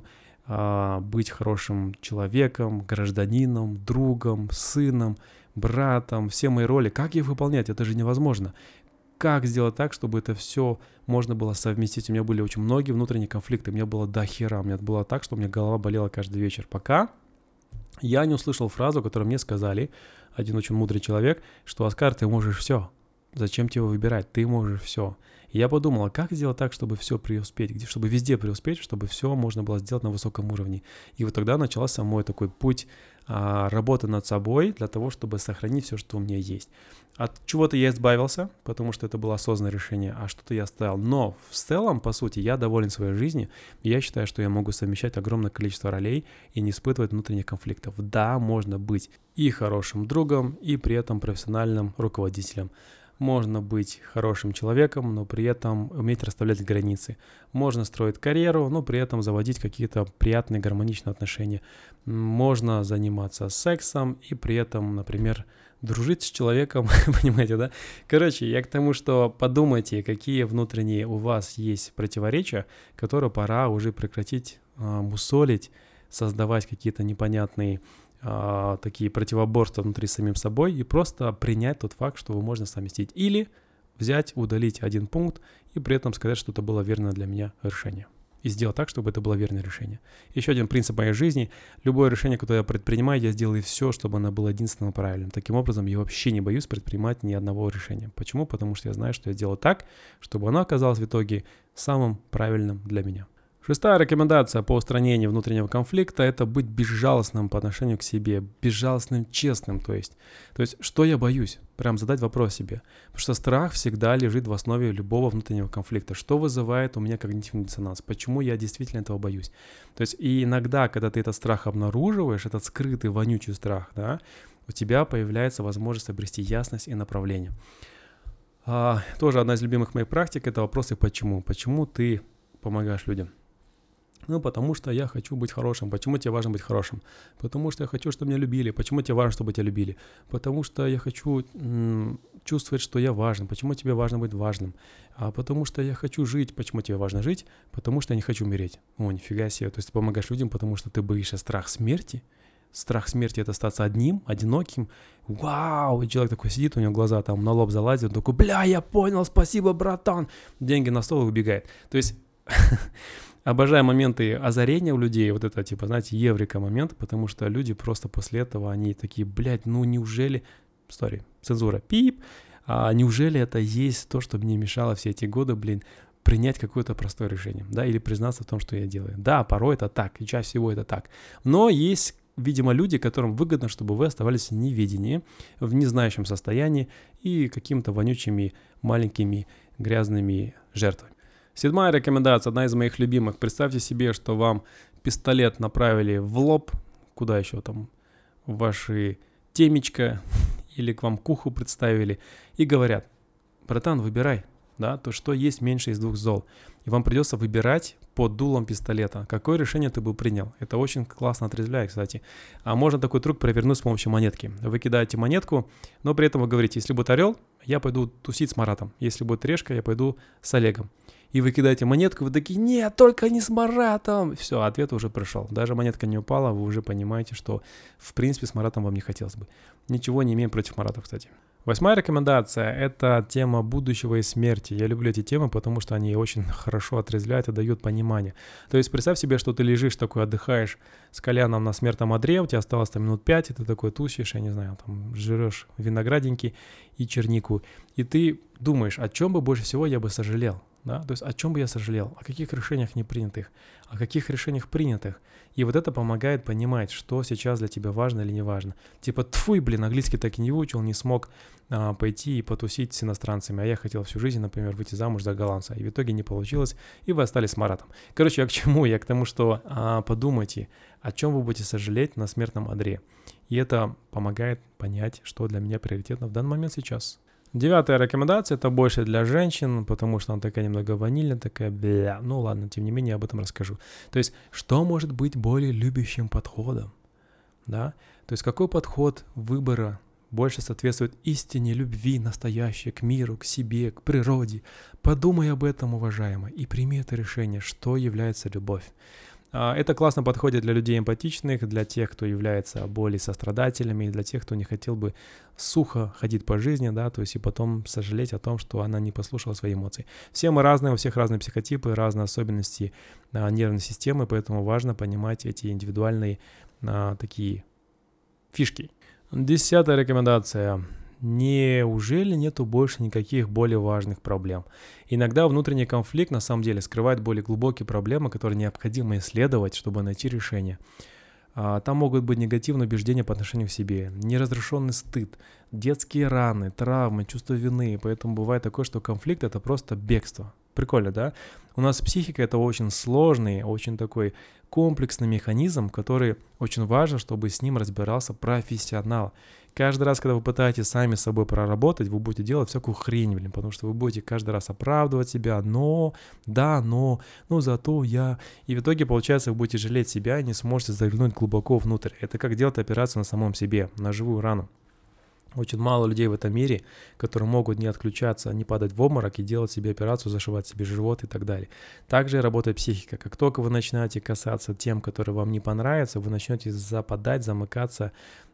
э, быть хорошим человеком, гражданином, другом, сыном, братом, все мои роли. Как их выполнять? Это же невозможно. Как сделать так, чтобы это все можно было совместить? У меня были очень многие внутренние конфликты, у меня было до хера, у меня было так, что у меня голова болела каждый вечер, пока я не услышал фразу, которую мне сказали, один очень мудрый человек, что «Оскар, ты можешь все, зачем тебе выбирать, ты можешь все». И я подумал, а как сделать так, чтобы все преуспеть, где, чтобы везде преуспеть, чтобы все можно было сделать на высоком уровне. И вот тогда начался мой такой путь а, работы над собой для того, чтобы сохранить все, что у меня есть. От чего-то я избавился, потому что это было осознанное решение, а что-то я оставил. Но в целом, по сути, я доволен своей жизнью, и я считаю, что я могу совмещать огромное количество ролей и не испытывать внутренних конфликтов. Да, можно быть и хорошим другом, и при этом профессиональным руководителем. Можно быть хорошим человеком, но при этом уметь расставлять границы. Можно строить карьеру, но при этом заводить какие-то приятные гармоничные отношения. Можно заниматься сексом и при этом, например, дружить с человеком, понимаете, да? Короче, я к тому, что подумайте, какие внутренние у вас есть противоречия, которые пора уже прекратить э, мусолить, создавать какие-то непонятные Uh, такие противоборства внутри самим собой и просто принять тот факт, что его можно совместить. Или взять, удалить один пункт и при этом сказать, что это было верное для меня решение. И сделать так, чтобы это было верное решение. Еще один принцип моей жизни. Любое решение, которое я предпринимаю, я сделаю все, чтобы оно было единственным правильным. Таким образом, я вообще не боюсь предпринимать ни одного решения. Почему? Потому что я знаю, что я делаю так, чтобы оно оказалось в итоге самым правильным для меня. Шестая рекомендация по устранению внутреннего конфликта – это быть безжалостным по отношению к себе, безжалостным, честным, то есть. То есть, что я боюсь? Прям задать вопрос себе. Потому что страх всегда лежит в основе любого внутреннего конфликта. Что вызывает у меня когнитивный диссонанс? Почему я действительно этого боюсь? То есть, и иногда, когда ты этот страх обнаруживаешь, этот скрытый, вонючий страх, да, у тебя появляется возможность обрести ясность и направление. А, тоже одна из любимых моих практик – это вопросы «почему?». Почему ты помогаешь людям? Ну, потому что я хочу быть хорошим. Почему тебе важно быть хорошим? Потому что я хочу, чтобы меня любили. Почему тебе важно, чтобы тебя любили? Потому что я хочу м- чувствовать, что я важен. Почему тебе важно быть важным? А потому что я хочу жить. Почему тебе важно жить? Потому что я не хочу умереть. О, нифига себе. То есть ты помогаешь людям, потому что ты боишься страх смерти? Страх смерти — это остаться одним, одиноким. Вау! И человек такой сидит, у него глаза там на лоб залазят. Он такой, бля, я понял, спасибо, братан. Деньги на стол и убегает. То есть... Обожаю моменты озарения у людей, вот это, типа, знаете, еврика момент, потому что люди просто после этого, они такие, блядь, ну неужели, сори, цензура, пип, а неужели это есть то, что мне мешало все эти годы, блин, принять какое-то простое решение, да, или признаться в том, что я делаю. Да, порой это так, и чаще всего это так, но есть, видимо, люди, которым выгодно, чтобы вы оставались в неведении, в незнающем состоянии и какими-то вонючими, маленькими, грязными жертвами. Седьмая рекомендация, одна из моих любимых. Представьте себе, что вам пистолет направили в лоб, куда еще там, в ваши темечко, или к вам к уху представили, и говорят, братан, выбирай, да, то, что есть меньше из двух зол. И вам придется выбирать под дулом пистолета, какое решение ты бы принял. Это очень классно отрезвляет, кстати. А можно такой трюк провернуть с помощью монетки. Вы кидаете монетку, но при этом вы говорите, если будет орел, я пойду тусить с Маратом. Если будет решка, я пойду с Олегом. И вы кидаете монетку, вы такие, нет, только не с Маратом. Все, ответ уже пришел. Даже монетка не упала, вы уже понимаете, что в принципе с Маратом вам не хотелось бы. Ничего не имеем против Марата, кстати. Восьмая рекомендация – это тема будущего и смерти. Я люблю эти темы, потому что они очень хорошо отрезвляют и дают понимание. То есть представь себе, что ты лежишь такой, отдыхаешь с Коляном на смертном одре, у тебя осталось там минут пять, и ты такой тусишь, я не знаю, там жрешь виноградинки и чернику. И ты думаешь, о чем бы больше всего я бы сожалел? Да? То есть о чем бы я сожалел? О каких решениях не принятых? О каких решениях принятых? И вот это помогает понимать, что сейчас для тебя важно или не важно. Типа, тьфу, блин, английский так и не выучил, не смог а, пойти и потусить с иностранцами. А я хотел всю жизнь, например, выйти замуж за голландца. И в итоге не получилось, и вы остались с Маратом. Короче, я к чему? Я к тому, что а, подумайте, о чем вы будете сожалеть на смертном одре. И это помогает понять, что для меня приоритетно в данный момент сейчас. Девятая рекомендация, это больше для женщин, потому что она такая немного ванильная, такая бля. Ну ладно, тем не менее, об этом расскажу. То есть, что может быть более любящим подходом? Да? То есть, какой подход выбора больше соответствует истине любви настоящей к миру, к себе, к природе? Подумай об этом, уважаемый, и прими это решение, что является любовь. Это классно подходит для людей эмпатичных, для тех, кто является более сострадательными, и для тех, кто не хотел бы сухо ходить по жизни, да, то есть и потом сожалеть о том, что она не послушала свои эмоции. Все мы разные, у всех разные психотипы, разные особенности а, нервной системы, поэтому важно понимать эти индивидуальные а, такие фишки. Десятая рекомендация. Неужели нету больше никаких более важных проблем? Иногда внутренний конфликт на самом деле скрывает более глубокие проблемы, которые необходимо исследовать, чтобы найти решение. Там могут быть негативные убеждения по отношению к себе, неразрешенный стыд, детские раны, травмы, чувство вины. Поэтому бывает такое, что конфликт — это просто бегство. Прикольно, да? У нас психика — это очень сложный, очень такой комплексный механизм, который очень важно, чтобы с ним разбирался профессионал. Каждый раз, когда вы пытаетесь сами с собой проработать, вы будете делать всякую хрень, блин, потому что вы будете каждый раз оправдывать себя, но, да, но, ну зато я... И в итоге, получается, вы будете жалеть себя и не сможете заглянуть глубоко внутрь. Это как делать операцию на самом себе, на живую рану. Очень мало людей в этом мире, которые могут не отключаться, не падать в обморок и делать себе операцию, зашивать себе живот и так далее. Также работает психика. Как только вы начинаете касаться тем, которые вам не понравятся, вы начнете западать, замыкаться,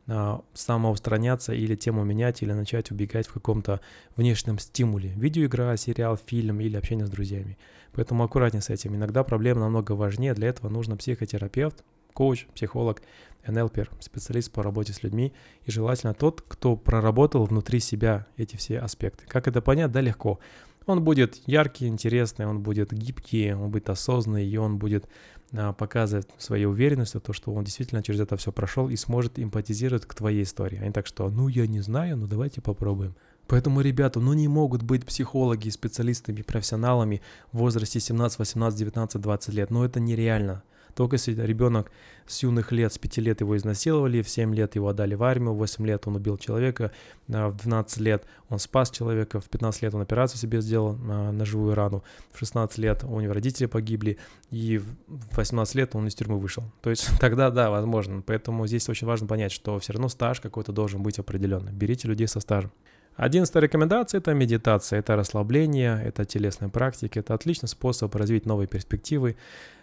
самоустраняться или тему менять, или начать убегать в каком-то внешнем стимуле. Видеоигра, сериал, фильм или общение с друзьями. Поэтому аккуратнее с этим. Иногда проблема намного важнее. Для этого нужен психотерапевт, коуч, психолог, эн эл пи, специалист по работе с людьми, и желательно тот, кто проработал внутри себя эти все аспекты. Как это понять? Да, легко. Он будет яркий, интересный, он будет гибкий, он будет осознанный, и он будет а, показывать своей уверенностью то, что он действительно через это все прошел и сможет эмпатизировать к твоей истории. А не так, что ну я не знаю, ну давайте попробуем. Поэтому, ребята, ну не могут быть психологи, специалистами, профессионалами в возрасте семнадцать, восемнадцать, девятнадцать, двадцать лет. Ну это нереально. Только если ребенок с юных лет, с пяти лет его изнасиловали, в семь лет его отдали в армию, в восемь лет он убил человека, в двенадцать лет он спас человека, в пятнадцать лет он операцию себе сделал на живую рану, в шестнадцать лет у него родители погибли, и в восемнадцать лет он из тюрьмы вышел. То есть тогда да, возможно. Поэтому здесь очень важно понять, что все равно стаж какой-то должен быть определенный. Берите людей со стажем. Одиннадцатая рекомендация – это медитация, это расслабление, это телесная практика, это отличный способ развить новые перспективы.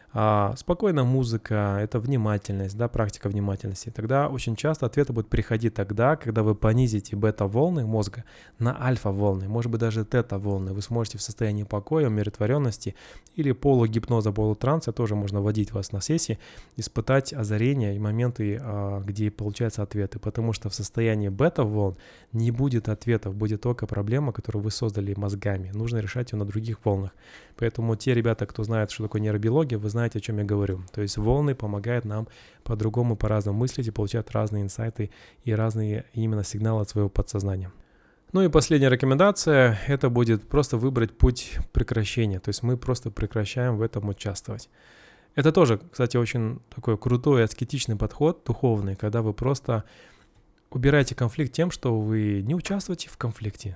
А, спокойная музыка, это внимательность, да, практика внимательности. Тогда очень часто ответы будут приходить тогда, когда вы понизите бета-волны мозга на альфа-волны, может быть даже тета-волны. Вы сможете в состоянии покоя, умиротворенности или полугипноза, полутранса, тоже можно вводить вас на сессии, испытать озарения и моменты, а, где получаются ответы. Потому что в состоянии бета-волн не будет ответов, будет только проблема, которую вы создали мозгами. Нужно решать ее на других волнах. Поэтому те ребята, кто знает, что такое нейробиология, вы знаете, о чем я говорю. То есть волны помогают нам по-другому, по-разному мыслить и получать разные инсайты и разные именно сигналы от своего подсознания. Ну и последняя рекомендация, это будет просто выбрать путь прекращения. То есть мы просто прекращаем в этом участвовать. Это тоже, кстати, очень такой крутой аскетичный подход, духовный, когда вы просто убираете конфликт тем, что вы не участвуете в конфликте.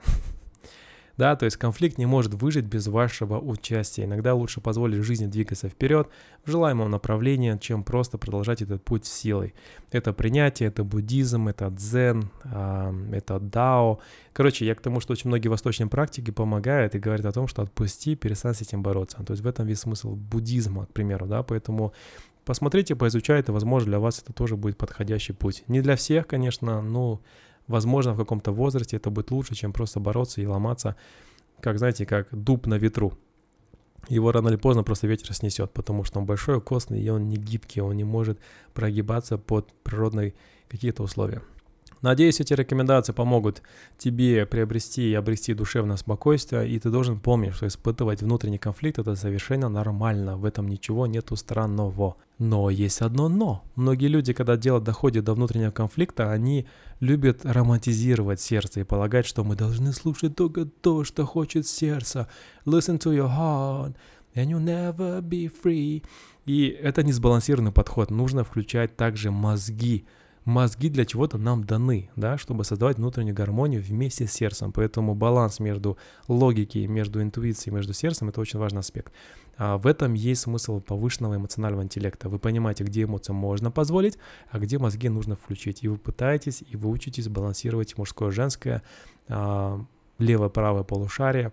Да, то есть конфликт не может выжить без вашего участия. Иногда лучше позволить жизни двигаться вперед в желаемом направлении, чем просто продолжать этот путь силой. Это принятие, это буддизм, это дзен, это дао. Короче, я к тому, что очень многие восточные практики помогают и говорят о том, что отпусти, перестань с этим бороться. То есть в этом весь смысл буддизма, к примеру, да, поэтому посмотрите, поизучайте, возможно, для вас это тоже будет подходящий путь. Не для всех, конечно, но возможно, в каком-то возрасте это будет лучше, чем просто бороться и ломаться, как, знаете, как дуб на ветру. Его рано или поздно просто ветер снесет, потому что он большой, костный, и он не гибкий, он не может прогибаться под природные какие-то условия. Надеюсь, эти рекомендации помогут тебе приобрести и обрести душевное спокойствие, и ты должен помнить, что испытывать внутренний конфликт – это совершенно нормально, в этом ничего нету странного. Но есть одно «но». Многие люди, когда дело доходит до внутреннего конфликта, они любят романтизировать сердце и полагать, что мы должны слушать только то, что хочет сердце. Listen to your heart, and you'll never be free. И это несбалансированный подход. Нужно включать также мозги. мозги для чего-то нам даны, да, чтобы создавать внутреннюю гармонию вместе с сердцем. Поэтому баланс между логикой, между интуицией, между сердцем — это очень важный аспект. А в этом есть смысл повышенного эмоционального интеллекта. Вы понимаете, где эмоциям можно позволить, а где мозги нужно включить. И вы пытаетесь, и вы учитесь балансировать мужское, женское, левое-правое полушарие,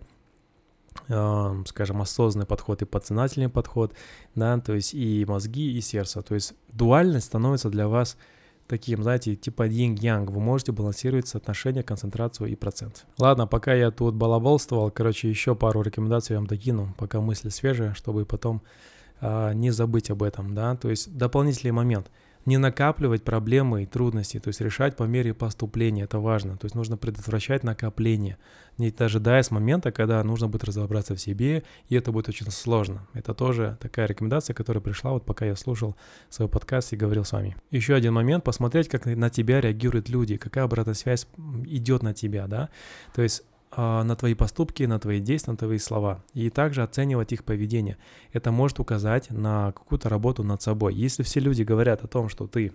скажем, осознанный подход и подсознательный подход, да, то есть и мозги, и сердце. То есть дуальность становится для вас таким, знаете, типа йинг-янг. Вы можете балансировать соотношение, концентрацию и процент. Ладно, пока я тут балаболствовал, короче, еще пару рекомендаций я вам докину, пока мысли свежие, чтобы потом а, не забыть об этом, да. То есть дополнительный момент. Не накапливать проблемы и трудности, то есть решать по мере поступления, это важно. То есть нужно предотвращать накопление, не дожидаясь с момента, когда нужно будет разобраться в себе, и это будет очень сложно. Это тоже такая рекомендация, которая пришла, вот пока я слушал свой подкаст и говорил с вами. Еще один момент, посмотреть, как на тебя реагируют люди, какая обратная связь идет на тебя, да, то есть на твои поступки, на твои действия, на твои слова. И также оценивать их поведение. Это может указать на какую-то работу над собой. Если все люди говорят о том, что ты,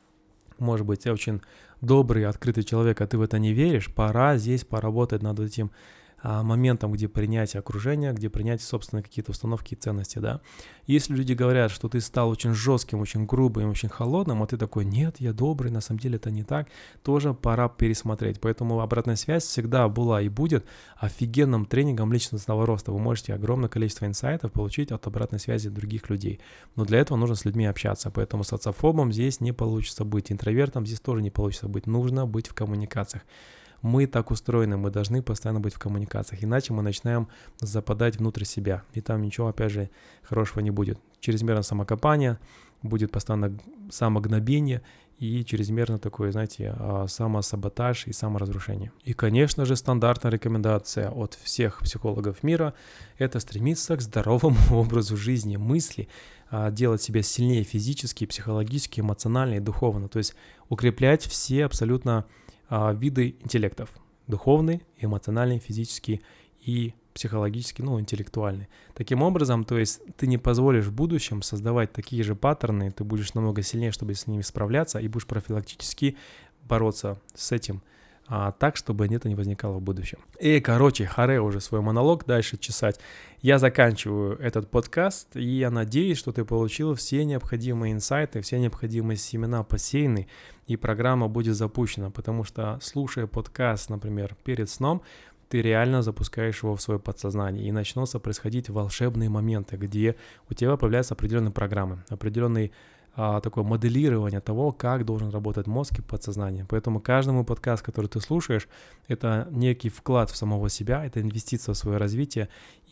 может быть, очень добрый, открытый человек, а ты в это не веришь, пора здесь поработать над этим а, моментом, где принятие окружения, где принятие собственные какие-то установки и ценности, да. Если люди говорят, что ты стал очень жестким, очень грубым, очень холодным, а ты такой: нет, я добрый, на самом деле это не так, тоже пора пересмотреть. Поэтому обратная связь всегда была и будет офигенным тренингом личностного роста. Вы можете огромное количество инсайтов получить от обратной связи других людей. Но для этого нужно с людьми общаться. Поэтому социофобом здесь не получится быть, интровертом здесь тоже не получится быть. Нужно быть в коммуникациях. Мы так устроены, мы должны постоянно быть в коммуникациях, иначе мы начинаем западать внутрь себя, и там ничего, опять же, хорошего не будет. Чрезмерное самокопание, будет постоянно самогнобение и чрезмерно такое, знаете, самосаботаж и саморазрушение. И, конечно же, стандартная рекомендация от всех психологов мира – это стремиться к здоровому образу жизни, мысли, делать себя сильнее физически, психологически, эмоционально и духовно, то есть укреплять все абсолютно виды интеллектов: духовный, эмоциональный, физический и психологический, ну, интеллектуальный. Таким образом, то есть ты не позволишь в будущем создавать такие же паттерны, ты будешь намного сильнее, чтобы с ними справляться, и будешь профилактически бороться с этим а, так, чтобы это не возникало в будущем. И, короче, харе уже свой монолог дальше чесать. Я заканчиваю этот подкаст, и я надеюсь, что ты получил все необходимые инсайты, все необходимые семена посеяны, и программа будет запущена, потому что, слушая подкаст, например, перед сном, ты реально запускаешь его в свое подсознание, и начнутся происходить волшебные моменты, где у тебя появляются определенные программы, определенные а, такое моделирование того, как должен работать мозг и подсознание. Поэтому каждому подкаст, который ты слушаешь, это некий вклад в самого себя, это инвестиция в свое развитие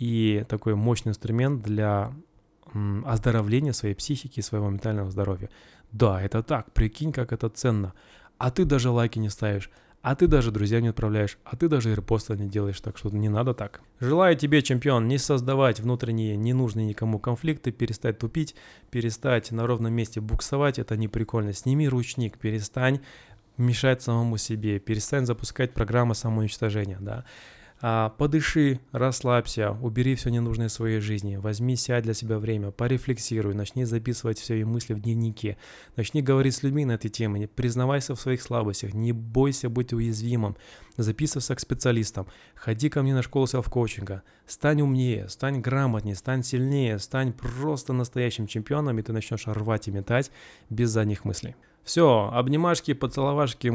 и такой мощный инструмент для м, оздоровления своей психики и своего ментального здоровья. Да, это так, прикинь, как это ценно. А ты даже лайки не ставишь, а ты даже друзьям не отправляешь, а ты даже репоста не делаешь, так что не надо так. Желаю тебе, чемпион, не создавать внутренние ненужные никому конфликты, перестать тупить, перестать на ровном месте буксовать, это не прикольно. Сними ручник, перестань мешать самому себе, перестань запускать программы самоуничтожения, да. А, подыши, расслабься, убери все ненужное в своей жизни, возьми, сядь для себя время, порефлексируй, начни записывать все свои мысли в дневнике, начни говорить с людьми на эти темы, не признавайся в своих слабостях, не бойся быть уязвимым, записывайся к специалистам, ходи ко мне на школу селф-коучинга, стань умнее, стань грамотнее, стань сильнее, стань просто настоящим чемпионом, и ты начнешь рвать и метать без задних мыслей. Все, обнимашки, поцеловашки,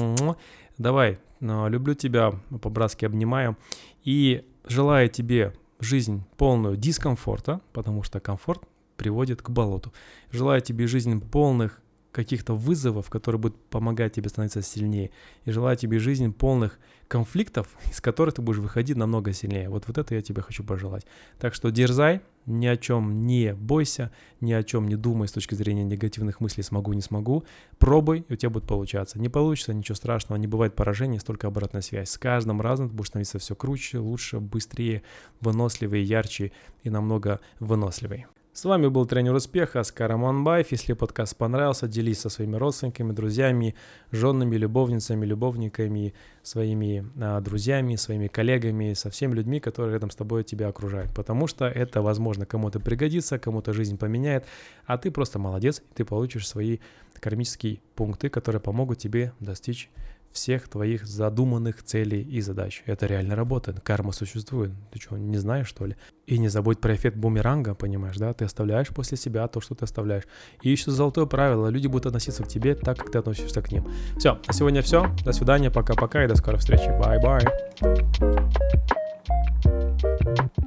давай, люблю тебя, по-братски обнимаю и желаю тебе жизнь полную дискомфорта, потому что комфорт приводит к болоту. Желаю тебе жизнь полных каких-то вызовов, которые будут помогать тебе становиться сильнее. И желаю тебе жизнь полных конфликтов, из которых ты будешь выходить намного сильнее. Вот, вот это я тебе хочу пожелать. Так что дерзай, ни о чем не бойся, ни о чем не думай с точки зрения негативных мыслей «смогу, не смогу». Пробуй, и у тебя будет получаться. Не получится, ничего страшного, не бывает поражений, столько обратная связь. С каждым разом ты будешь становиться все круче, лучше, быстрее, выносливее, ярче и намного выносливее. С вами был тренер успеха Оскар Аманбаев. Если подкаст понравился, делись со своими родственниками, друзьями, женами, любовницами, любовниками, своими а, друзьями, своими коллегами, со всеми людьми, которые рядом с тобой тебя окружают. Потому что это, возможно, кому-то пригодится, кому-то жизнь поменяет, а ты просто молодец, и ты получишь свои кармические пункты, которые помогут тебе достичь всех твоих задуманных целей и задач. Это реально работает. Карма существует. Ты что, не знаешь, что ли? И не забудь про эффект бумеранга, понимаешь, да? Ты оставляешь после себя то, что ты оставляешь. И еще золотое правило. Люди будут относиться к тебе так, как ты относишься к ним. Все, на сегодня все. До свидания, пока-пока и до скорой встречи. Bye-bye.